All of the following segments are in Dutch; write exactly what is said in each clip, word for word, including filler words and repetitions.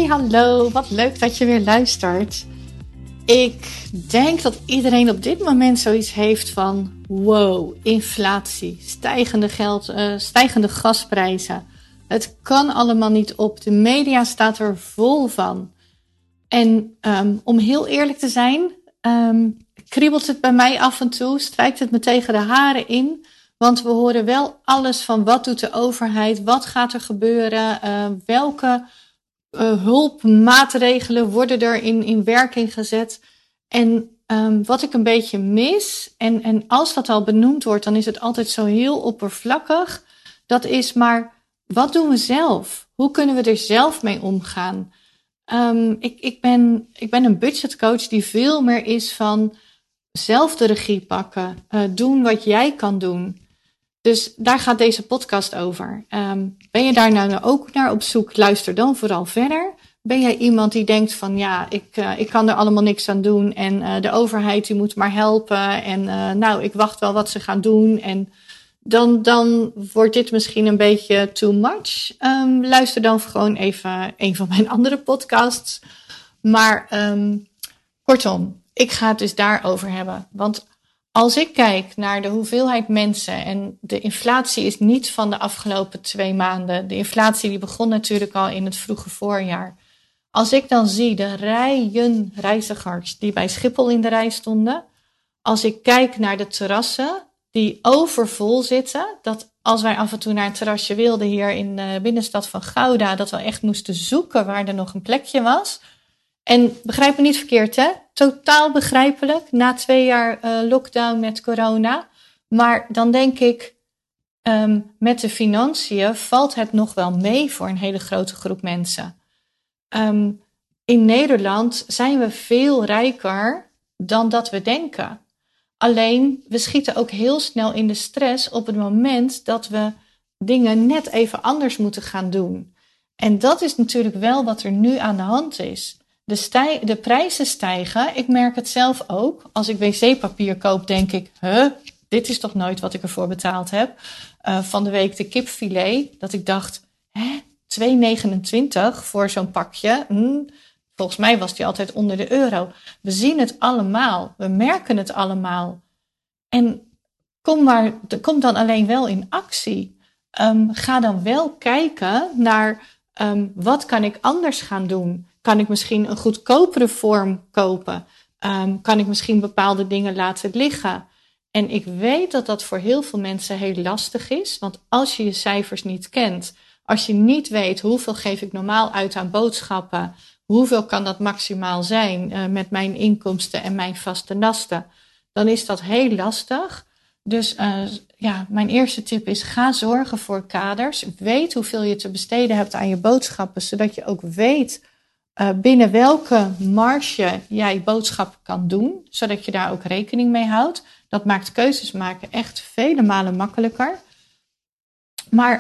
Hey, hallo, wat leuk dat je weer luistert. Ik denk dat iedereen op dit moment zoiets heeft van wow, inflatie, stijgende geld, uh, stijgende gasprijzen. Het kan allemaal niet op. De media staat er vol van. En um, om heel eerlijk te zijn, um, kriebelt het bij mij af en toe, strijkt het me tegen de haren in. Want we horen wel alles van wat doet de overheid, wat gaat er gebeuren, uh, welke uh, hulpmaatregelen worden er in, in werking gezet. En um, wat ik een beetje mis, en, en als dat al benoemd wordt, dan is het altijd zo heel oppervlakkig. Dat is maar, wat doen we zelf? Hoe kunnen we er zelf mee omgaan? Um, ik, ik, ben, ik ben een budgetcoach die veel meer is van zelf de regie pakken. Uh, doen wat jij kan doen. Dus daar gaat deze podcast over. Um, ben je daar nou ook naar op zoek? Luister dan vooral verder. Ben jij iemand die denkt van ja, ik, uh, ik kan er allemaal niks aan doen. En uh, de overheid die moet maar helpen. En uh, nou, ik wacht wel wat ze gaan doen. En dan, dan wordt dit misschien een beetje too much. Um, luister dan gewoon even een van mijn andere podcasts. Maar um, kortom, ik ga het dus daarover hebben. Want als ik kijk naar de hoeveelheid mensen, en de inflatie is niet van de afgelopen twee maanden. De inflatie die begon natuurlijk al in het vroege voorjaar. Als ik dan zie de rijen reizigers die bij Schiphol in de rij stonden. Als ik kijk naar de terrassen die overvol zitten. Dat als wij af en toe naar een terrasje wilden hier in de binnenstad van Gouda, dat we echt moesten zoeken waar er nog een plekje was. En begrijp me niet verkeerd, hè? Totaal begrijpelijk, na twee jaar uh, lockdown met corona. Maar dan denk ik, um, met de financiën valt het nog wel mee voor een hele grote groep mensen. Um, in Nederland zijn we veel rijker dan dat we denken. Alleen, we schieten ook heel snel in de stress op het moment dat we dingen net even anders moeten gaan doen. En dat is natuurlijk wel wat er nu aan de hand is. De, stij- de prijzen stijgen. Ik merk het zelf ook. Als ik wc-papier koop, denk ik, huh, dit is toch nooit wat ik ervoor betaald heb. Uh, van de week de kipfilet, dat ik dacht, hè, twee negenentwintig voor zo'n pakje. Hm, volgens mij was die altijd onder de euro. We zien het allemaal. We merken het allemaal. En kom, maar, kom dan alleen wel in actie. Um, ga dan wel kijken naar um, wat kan ik anders gaan doen. Kan ik misschien een goedkopere vorm kopen? Um, kan ik misschien bepaalde dingen laten liggen? En ik weet dat dat voor heel veel mensen heel lastig is. Want als je je cijfers niet kent, als je niet weet hoeveel geef ik normaal uit aan boodschappen, hoeveel kan dat maximaal zijn uh, met mijn inkomsten en mijn vaste lasten, dan is dat heel lastig. Dus uh, ja, mijn eerste tip is, ga zorgen voor kaders. Weet hoeveel je te besteden hebt aan je boodschappen, zodat je ook weet Uh, binnen welke marge jij boodschappen kan doen, zodat je daar ook rekening mee houdt. Dat maakt keuzes maken echt vele malen makkelijker. Maar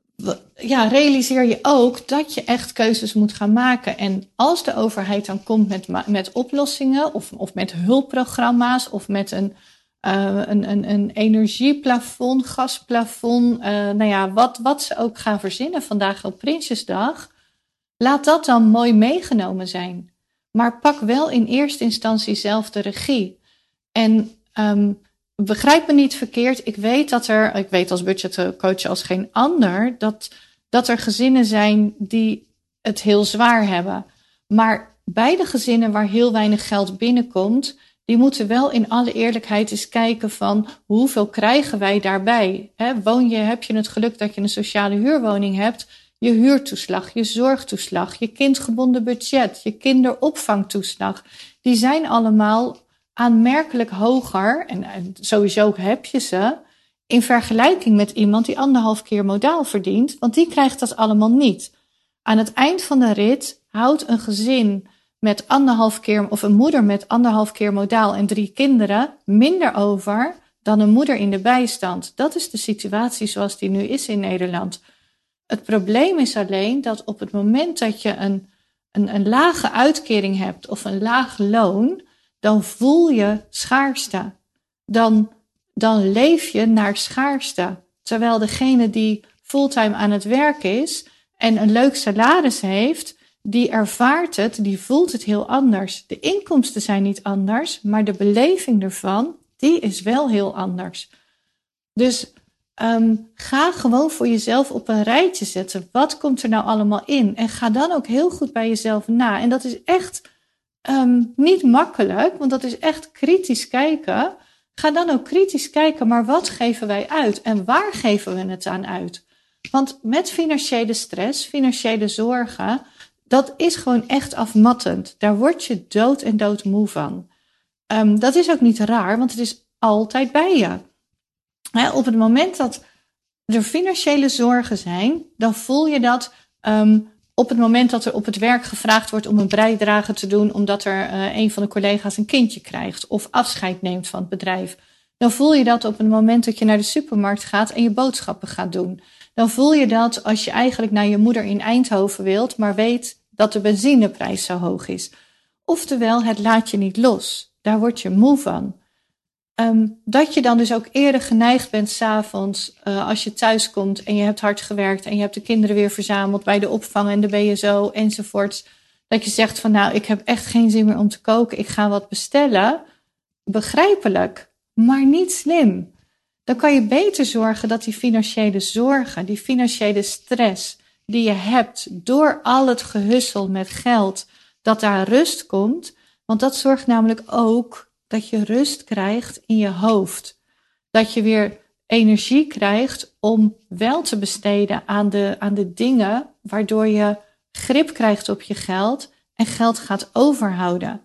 ja, realiseer je ook dat je echt keuzes moet gaan maken. En als de overheid dan komt met, met oplossingen of, of met hulpprogramma's of met een, uh, een, een, een energieplafond, gasplafond, uh, nou ja, wat, wat ze ook gaan verzinnen vandaag op Prinsjesdag, laat dat dan mooi meegenomen zijn. Maar pak wel in eerste instantie zelf de regie. En um, begrijp me niet verkeerd. Ik weet dat er, ik weet als budgetcoach als geen ander, dat, dat er gezinnen zijn die het heel zwaar hebben. Maar bij de gezinnen waar heel weinig geld binnenkomt, die moeten wel in alle eerlijkheid eens kijken van hoeveel krijgen wij daarbij. He, woon je, heb je het geluk dat je een sociale huurwoning hebt, je huurtoeslag, je zorgtoeslag, je kindgebonden budget, je kinderopvangtoeslag, die zijn allemaal aanmerkelijk hoger, en, en sowieso heb je ze, in vergelijking met iemand die anderhalf keer modaal verdient, want die krijgt dat allemaal niet. Aan het eind van de rit houdt een gezin met anderhalf keer, of een moeder met anderhalf keer modaal en drie kinderen, minder over dan een moeder in de bijstand. Dat is de situatie zoals die nu is in Nederland. Het probleem is alleen dat op het moment dat je een, een, een lage uitkering hebt of een laag loon, dan voel je schaarste. Dan, dan leef je naar schaarste. Terwijl degene die fulltime aan het werk is en een leuk salaris heeft, die ervaart het, die voelt het heel anders. De inkomsten zijn niet anders, maar de beleving ervan, die is wel heel anders. Dus um, ga gewoon voor jezelf op een rijtje zetten. Wat komt er nou allemaal in? En ga dan ook heel goed bij jezelf na. En dat is echt um, niet makkelijk, want dat is echt kritisch kijken. Ga dan ook kritisch kijken, maar wat geven wij uit? En waar geven we het aan uit? Want met financiële stress, financiële zorgen, dat is gewoon echt afmattend. Daar word je dood en doodmoe van. Um, dat is ook niet raar, want het is altijd bij je. He, op het moment dat er financiële zorgen zijn, dan voel je dat um, op het moment dat er op het werk gevraagd wordt om een bijdrage te doen, omdat er uh, een van de collega's een kindje krijgt of afscheid neemt van het bedrijf. Dan voel je dat op het moment dat je naar de supermarkt gaat en je boodschappen gaat doen. Dan voel je dat als je eigenlijk naar je moeder in Eindhoven wilt, maar weet dat de benzineprijs zo hoog is. Oftewel, het laat je niet los. Daar word je moe van. Um, dat je dan dus ook eerder geneigd bent 's avonds, uh, als je thuis komt en je hebt hard gewerkt en je hebt de kinderen weer verzameld bij de opvang en de B S O enzovoorts. Dat je zegt van nou, ik heb echt geen zin meer om te koken, ik ga wat bestellen. Begrijpelijk, maar niet slim. Dan kan je beter zorgen dat die financiële zorgen, die financiële stress die je hebt door al het gehussel met geld, dat daar rust komt. Want dat zorgt namelijk ook dat je rust krijgt in je hoofd. Dat je weer energie krijgt om wel te besteden aan de, aan de dingen waardoor je grip krijgt op je geld en geld gaat overhouden.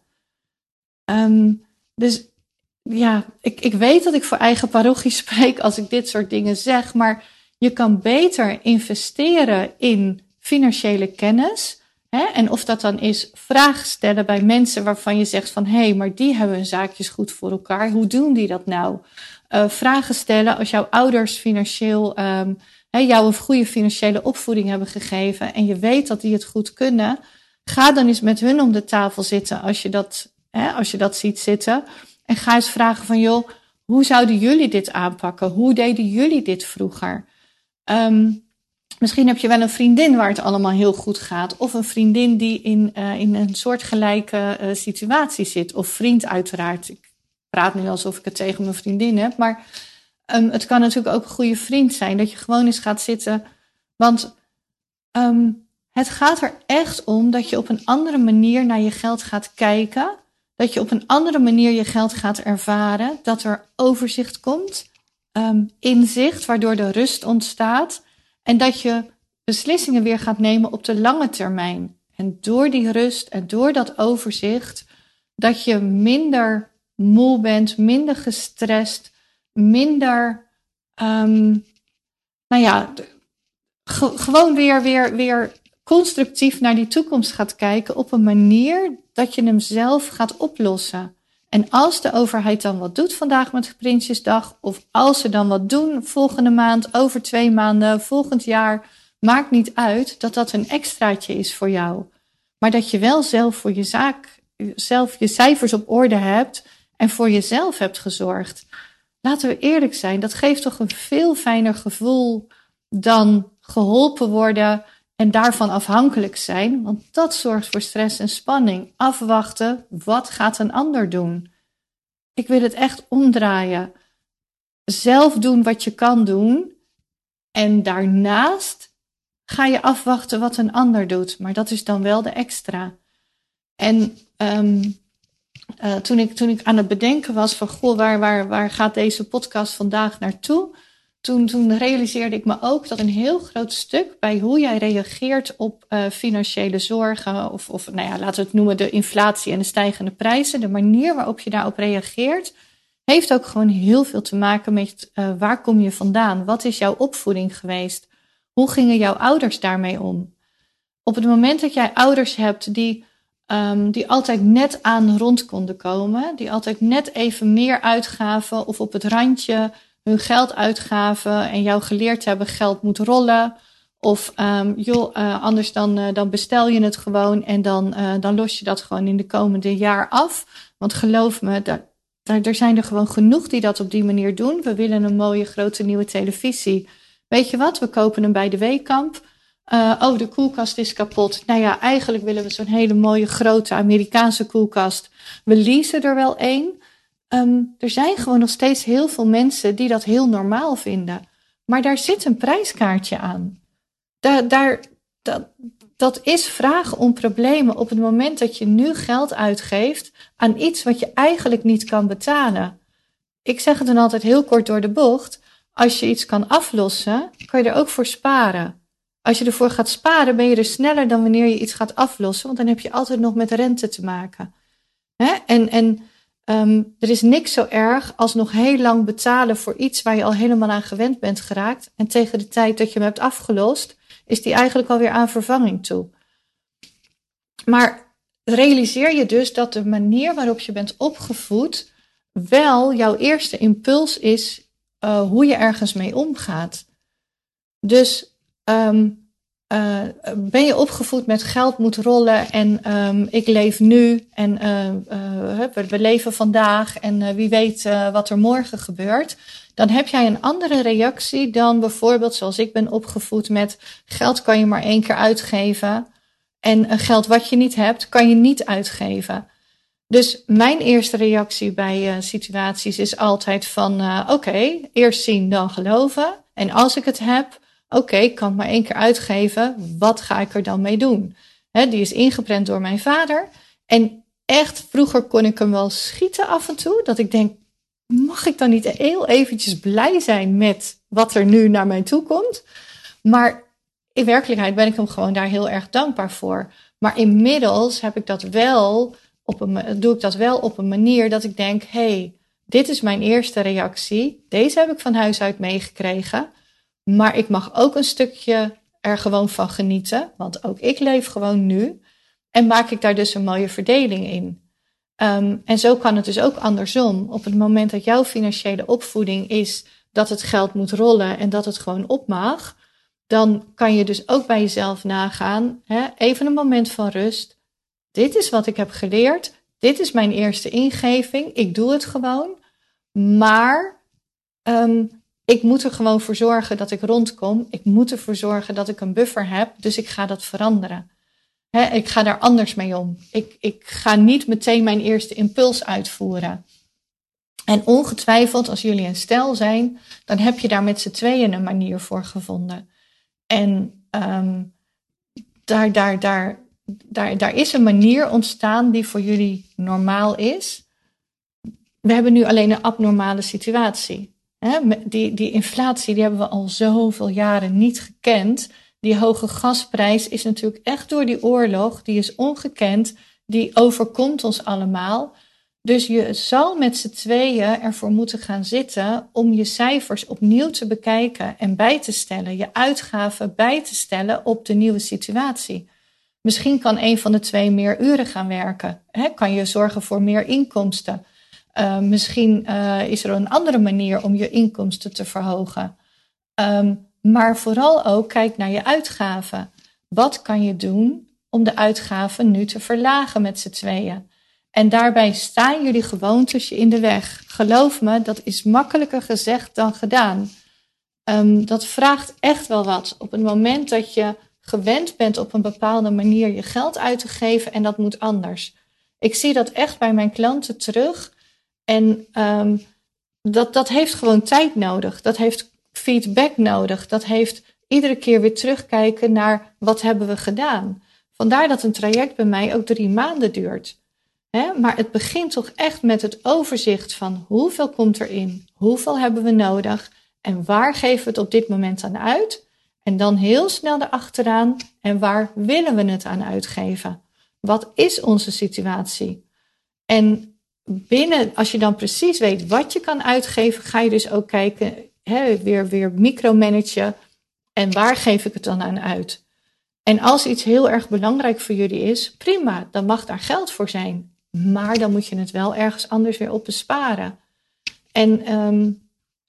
Um, dus ja, ik, ik weet dat ik voor eigen parochie spreek als ik dit soort dingen zeg, maar je kan beter investeren in financiële kennis. Hè? En of dat dan is vragen stellen bij mensen waarvan je zegt van hé, hey, maar die hebben hun zaakjes goed voor elkaar. Hoe doen die dat nou? Uh, vragen stellen als jouw ouders financieel um, hè, jou een goede financiële opvoeding hebben gegeven en je weet dat die het goed kunnen. Ga dan eens met hun om de tafel zitten als je dat, hè, als je dat ziet zitten. En ga eens vragen van joh, hoe zouden jullie dit aanpakken? Hoe deden jullie dit vroeger? Um, Misschien heb je wel een vriendin waar het allemaal heel goed gaat. Of een vriendin die in, uh, in een soortgelijke uh, situatie zit. Of vriend uiteraard. Ik praat nu alsof ik het tegen mijn vriendin heb. Maar um, het kan natuurlijk ook een goede vriend zijn. Dat je gewoon eens gaat zitten. Want um, het gaat er echt om dat je op een andere manier naar je geld gaat kijken. Dat je op een andere manier je geld gaat ervaren. Dat er overzicht komt. Um, inzicht, waardoor er rust ontstaat. En dat je beslissingen weer gaat nemen op de lange termijn. En door die rust en door dat overzicht, dat je minder moe bent, minder gestrest, minder, um, nou ja, ge- gewoon weer, weer, weer constructief naar die toekomst gaat kijken op een manier dat je hem zelf gaat oplossen. En als de overheid dan wat doet vandaag met Prinsjesdag, of als ze dan wat doen volgende maand, over twee maanden, volgend jaar, maakt niet uit dat dat een extraatje is voor jou. Maar dat je wel zelf voor je zaak, zelf je cijfers op orde hebt en voor jezelf hebt gezorgd. Laten we eerlijk zijn, dat geeft toch een veel fijner gevoel dan geholpen worden en daarvan afhankelijk zijn, want dat zorgt voor stress en spanning. Afwachten, wat gaat een ander doen? Ik wil het echt omdraaien. Zelf doen wat je kan doen. En daarnaast ga je afwachten wat een ander doet. Maar dat is dan wel de extra. En um, uh, toen, ik, toen ik aan het bedenken was van, goh, waar, waar, waar gaat deze podcast vandaag naartoe? Toen, toen realiseerde ik me ook dat een heel groot stuk bij hoe jij reageert op uh, financiële zorgen, of, of nou ja, laten we het noemen de inflatie en de stijgende prijzen, de manier waarop je daarop reageert, heeft ook gewoon heel veel te maken met uh, waar kom je vandaan? Wat is jouw opvoeding geweest? Hoe gingen jouw ouders daarmee om? Op het moment dat jij ouders hebt die, um, die altijd net aan rond konden komen, die altijd net even meer uitgaven of op het randje hun geld uitgaven en jou geleerd hebben geld moet rollen. Of um, joh, uh, anders dan, uh, dan bestel je het gewoon en dan, uh, dan los je dat gewoon in de komende jaar af. Want geloof me, daar, daar, er zijn er gewoon genoeg die dat op die manier doen. We willen een mooie grote nieuwe televisie. Weet je wat, we kopen hem bij de Weekamp. Uh, oh, de koelkast is kapot. Nou ja, eigenlijk willen we zo'n hele mooie grote Amerikaanse koelkast. We leasen er wel één. Um, er zijn gewoon nog steeds heel veel mensen die dat heel normaal vinden. Maar daar zit een prijskaartje aan. Daar, daar, dat, dat is vragen om problemen op het moment dat je nu geld uitgeeft aan iets wat je eigenlijk niet kan betalen. Ik zeg het dan altijd heel kort door de bocht. Als je iets kan aflossen, kan je er ook voor sparen. Als je ervoor gaat sparen, ben je er sneller dan wanneer je iets gaat aflossen. Want dan heb je altijd nog met rente te maken. Hè? En, en um, er is niks zo erg als nog heel lang betalen voor iets waar je al helemaal aan gewend bent geraakt. En tegen de tijd dat je hem hebt afgelost, is die eigenlijk alweer aan vervanging toe. Maar realiseer je dus dat de manier waarop je bent opgevoed wel jouw eerste impuls is uh, hoe je ergens mee omgaat. Dus um, uh, ben je opgevoed met geld moet rollen en um, ik leef nu en uh, uh, we, we leven vandaag en uh, wie weet uh, wat er morgen gebeurt. Dan heb jij een andere reactie dan bijvoorbeeld zoals ik ben opgevoed met geld kan je maar één keer uitgeven. En uh, geld wat je niet hebt kan je niet uitgeven. Dus mijn eerste reactie bij uh, situaties is altijd van uh, oké, okay, eerst zien dan geloven. En als ik het heb, oké, okay, ik kan het maar één keer uitgeven. Wat ga ik er dan mee doen? He, die is ingeprent door mijn vader. En echt, vroeger kon ik hem wel schieten af en toe. Dat ik denk, mag ik dan niet heel eventjes blij zijn met wat er nu naar mij toe komt? Maar in werkelijkheid ben ik hem gewoon daar heel erg dankbaar voor. Maar inmiddels heb ik dat wel op een, doe ik dat wel op een manier dat ik denk, hé, hey, dit is mijn eerste reactie. Deze heb ik van huis uit meegekregen. Maar ik mag ook een stukje er gewoon van genieten. Want ook ik leef gewoon nu. En maak ik daar dus een mooie verdeling in. Um, en zo kan het dus ook andersom. Op het moment dat jouw financiële opvoeding is dat het geld moet rollen en dat het gewoon op mag, dan kan je dus ook bij jezelf nagaan, hè, even een moment van rust. Dit is wat ik heb geleerd. Dit is mijn eerste ingeving. Ik doe het gewoon. Maar um, ik moet er gewoon voor zorgen dat ik rondkom. Ik moet ervoor zorgen dat ik een buffer heb. Dus ik ga dat veranderen. He, ik ga daar anders mee om. Ik, ik ga niet meteen mijn eerste impuls uitvoeren. En ongetwijfeld, als jullie een stel zijn, dan heb je daar met z'n tweeën een manier voor gevonden. En um, daar, daar, daar, daar, daar is een manier ontstaan die voor jullie normaal is. We hebben nu alleen een abnormale situatie. He, die, die inflatie die hebben we al zoveel jaren niet gekend. Die hoge gasprijs is natuurlijk echt door die oorlog, die is ongekend, die overkomt ons allemaal. Dus je zal met z'n tweeën ervoor moeten gaan zitten om je cijfers opnieuw te bekijken en bij te stellen, je uitgaven bij te stellen op de nieuwe situatie. Misschien kan een van de twee meer uren gaan werken. He, kan je zorgen voor meer inkomsten. Uh, misschien uh, is er een andere manier om je inkomsten te verhogen. Um, Maar vooral ook kijk naar je uitgaven. Wat kan je doen om de uitgaven nu te verlagen met z'n tweeën? En daarbij staan jullie gewoontes je in de weg. Geloof me, dat is makkelijker gezegd dan gedaan. Um, dat vraagt echt wel wat. Op het moment dat je gewend bent op een bepaalde manier je geld uit te geven en dat moet anders. Ik zie dat echt bij mijn klanten terug. En um, dat, dat heeft gewoon tijd nodig. Dat heeft feedback nodig. Dat heeft iedere keer weer terugkijken naar wat hebben we gedaan. Vandaar dat een traject bij mij ook drie maanden duurt. He, maar het begint toch echt met het overzicht van hoeveel komt erin, hoeveel hebben we nodig en waar geven we het op dit moment aan uit. En dan heel snel erachteraan en waar willen we het aan uitgeven. Wat is onze situatie? En binnen, als je dan precies weet wat je kan uitgeven, ga je dus ook kijken, he, weer, weer micromanagen en waar geef ik het dan aan uit. En als iets heel erg belangrijk voor jullie is, prima, dan mag daar geld voor zijn. Maar dan moet je het wel ergens anders weer op besparen. En um,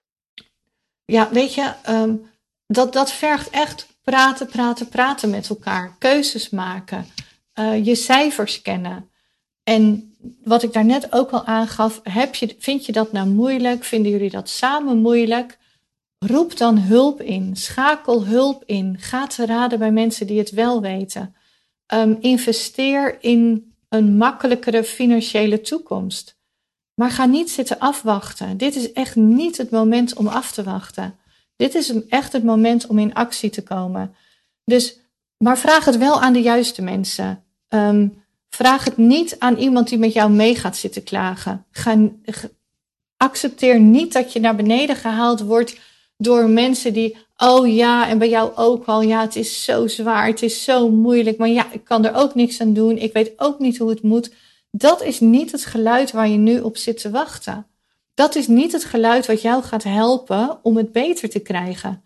ja, weet je, um, dat, dat vergt echt praten, praten, praten met elkaar. Keuzes maken, uh, je cijfers kennen. En wat ik daarnet ook al aangaf, heb je, vind je dat nou moeilijk? Vinden jullie dat samen moeilijk? roep dan hulp in. Schakel hulp in. Ga te raden bij mensen die het wel weten. Um, investeer in een makkelijkere financiële toekomst. Maar ga niet zitten afwachten. Dit is echt niet het moment om af te wachten. Dit is echt het moment om in actie te komen. Dus, maar vraag het wel aan de juiste mensen. Um, vraag het niet aan iemand die met jou mee gaat zitten klagen. Ga, accepteer niet dat je naar beneden gehaald wordt door mensen die, oh ja, en bij jou ook al, ja, het is zo zwaar, het is zo moeilijk, maar ja, ik kan er ook niks aan doen, ik weet ook niet hoe het moet. Dat is niet het geluid waar je nu op zit te wachten. Dat is niet het geluid wat jou gaat helpen om het beter te krijgen.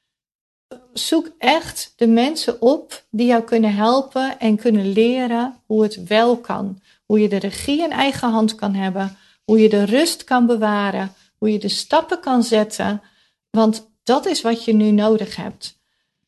Zoek echt de mensen op die jou kunnen helpen en kunnen leren hoe het wel kan. Hoe je de regie in eigen hand kan hebben, hoe je de rust kan bewaren, hoe je de stappen kan zetten. Want dat is wat je nu nodig hebt.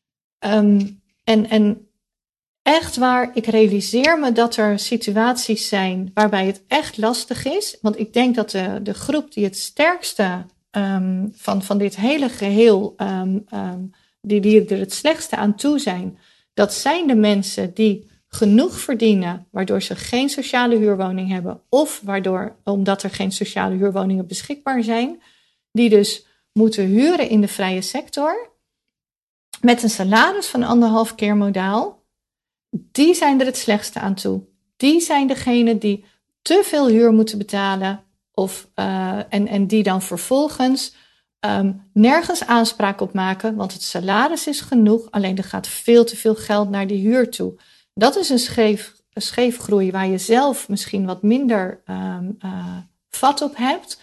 Um, en, en echt waar, ik realiseer me dat er situaties zijn waarbij het echt lastig is. Want ik denk dat de, de groep die het sterkste um, van, van dit hele geheel, um, um, die, die er het slechtste aan toe zijn, dat zijn de mensen die genoeg verdienen, waardoor ze geen sociale huurwoning hebben, of waardoor, omdat er geen sociale huurwoningen beschikbaar zijn, die dus moeten huren in de vrije sector, met een salaris van anderhalf keer modaal, die zijn er het slechtste aan toe. Die zijn degene die te veel huur moeten betalen, of, uh, en, en die dan vervolgens um, nergens aanspraak op maken, want het salaris is genoeg, alleen er gaat veel te veel geld naar die huur toe. Dat is een scheef, een scheefgroei waar je zelf misschien wat minder um, uh, vat op hebt.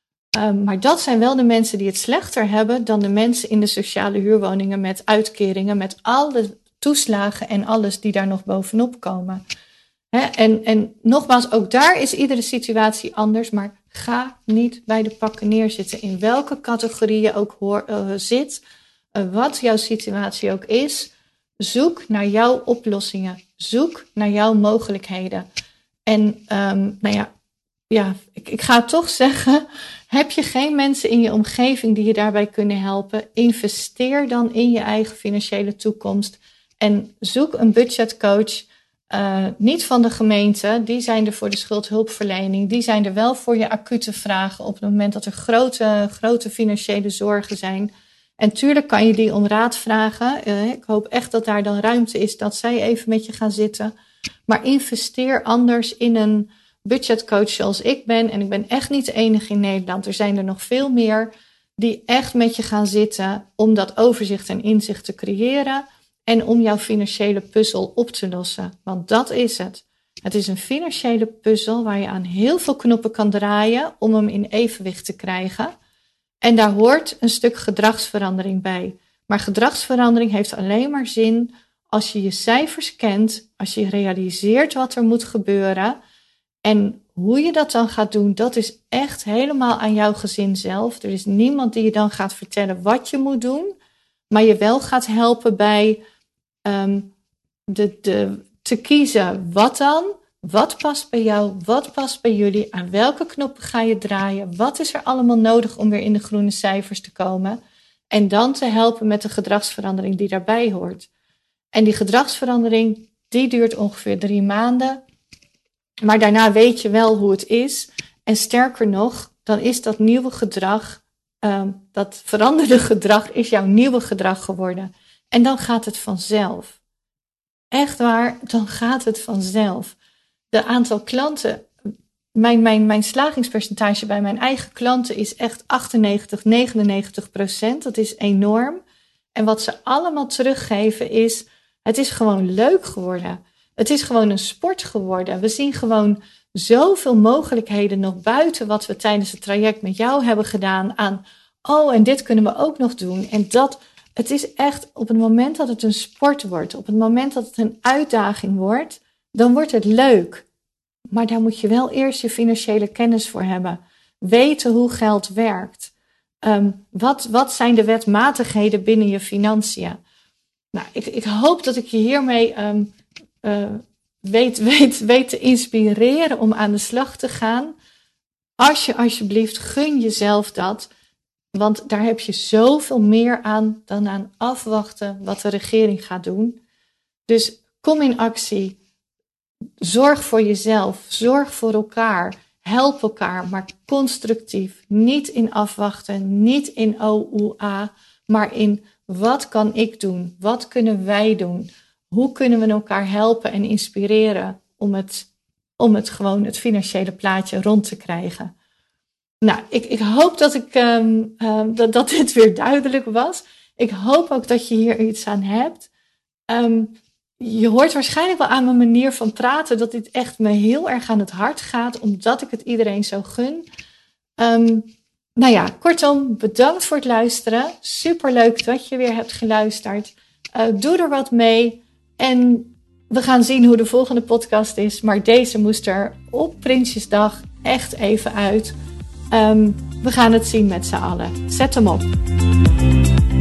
Um, maar dat zijn wel de mensen die het slechter hebben dan de mensen in de sociale huurwoningen met uitkeringen, met alle toeslagen en alles die daar nog bovenop komen. He, en, en nogmaals, ook daar is iedere situatie anders, maar ga niet bij de pakken neerzitten. In welke categorie je ook hoor, uh, zit, uh, wat jouw situatie ook is, zoek naar jouw oplossingen. Zoek naar jouw mogelijkheden. En um, nou ja, ja ik, ik ga toch zeggen, heb je geen mensen in je omgeving die je daarbij kunnen helpen, investeer dan in je eigen financiële toekomst. En zoek een budgetcoach, uh, niet van de gemeente, die zijn er voor de schuldhulpverlening, die zijn er wel voor je acute vragen op het moment dat er grote, grote financiële zorgen zijn. En tuurlijk kan je die om raad vragen. Uh, ik hoop echt dat daar dan ruimte is dat zij even met je gaan zitten. Maar investeer anders in een budgetcoach zoals ik ben. En ik ben echt niet de enige in Nederland. Er zijn er nog veel meer die echt met je gaan zitten om dat overzicht en inzicht te creëren. En om jouw financiële puzzel op te lossen. Want dat is het. Het is een financiële puzzel waar je aan heel veel knoppen kan draaien om hem in evenwicht te krijgen. En daar hoort een stuk gedragsverandering bij. Maar gedragsverandering heeft alleen maar zin als je je cijfers kent, als je realiseert wat er moet gebeuren. En hoe je dat dan gaat doen, dat is echt helemaal aan jouw gezin zelf. Er is niemand die je dan gaat vertellen wat je moet doen, maar je wel gaat helpen bij um, de, de, te kiezen wat dan. Wat past bij jou? Wat past bij jullie? Aan welke knoppen ga je draaien? Wat is er allemaal nodig om weer in de groene cijfers te komen? En dan te helpen met de gedragsverandering die daarbij hoort. En die gedragsverandering, die duurt ongeveer drie maanden. Maar daarna weet je wel hoe het is. En sterker nog, dan is dat nieuwe gedrag, um, dat veranderde gedrag, is jouw nieuwe gedrag geworden. En dan gaat het vanzelf. Echt waar, dan gaat het vanzelf. De aantal klanten, mijn, mijn, mijn slagingspercentage bij mijn eigen klanten is echt achtennegentig, negenennegentig procent. Dat is enorm. En wat ze allemaal teruggeven is, het is gewoon leuk geworden. Het is gewoon een sport geworden. We zien gewoon zoveel mogelijkheden nog buiten wat we tijdens het traject met jou hebben gedaan aan, oh, en dit kunnen we ook nog doen. En dat, het is echt op het moment dat het een sport wordt, op het moment dat het een uitdaging wordt, dan wordt het leuk. Maar daar moet je wel eerst je financiële kennis voor hebben. Weten hoe geld werkt. Um, wat, wat zijn de wetmatigheden binnen je financiën? Nou, ik, ik hoop dat ik je hiermee um, uh, weet, weet, weet te inspireren om aan de slag te gaan. Als je alsjeblieft, gun jezelf dat. Want daar heb je zoveel meer aan dan aan afwachten wat de regering gaat doen. Dus kom in actie. Zorg voor jezelf. Zorg voor elkaar. Help elkaar, maar constructief. Niet in afwachten, niet in O U A, maar in wat kan ik doen? Wat kunnen wij doen? Hoe kunnen we elkaar helpen en inspireren om het, om het gewoon het financiële plaatje rond te krijgen? Nou, ik, ik hoop dat, ik, um, um, dat, dat dit weer duidelijk was. Ik hoop ook dat je hier iets aan hebt. Um, je hoort waarschijnlijk wel aan mijn manier van praten dat dit echt me heel erg aan het hart gaat, omdat ik het iedereen zo gun. Um, nou ja, kortom, bedankt voor het luisteren. Superleuk dat je weer hebt geluisterd. Uh, doe er wat mee. En we gaan zien hoe de volgende podcast is. Maar deze moest er op Prinsjesdag echt even uit. Um, we gaan het zien met z'n allen. Zet hem op.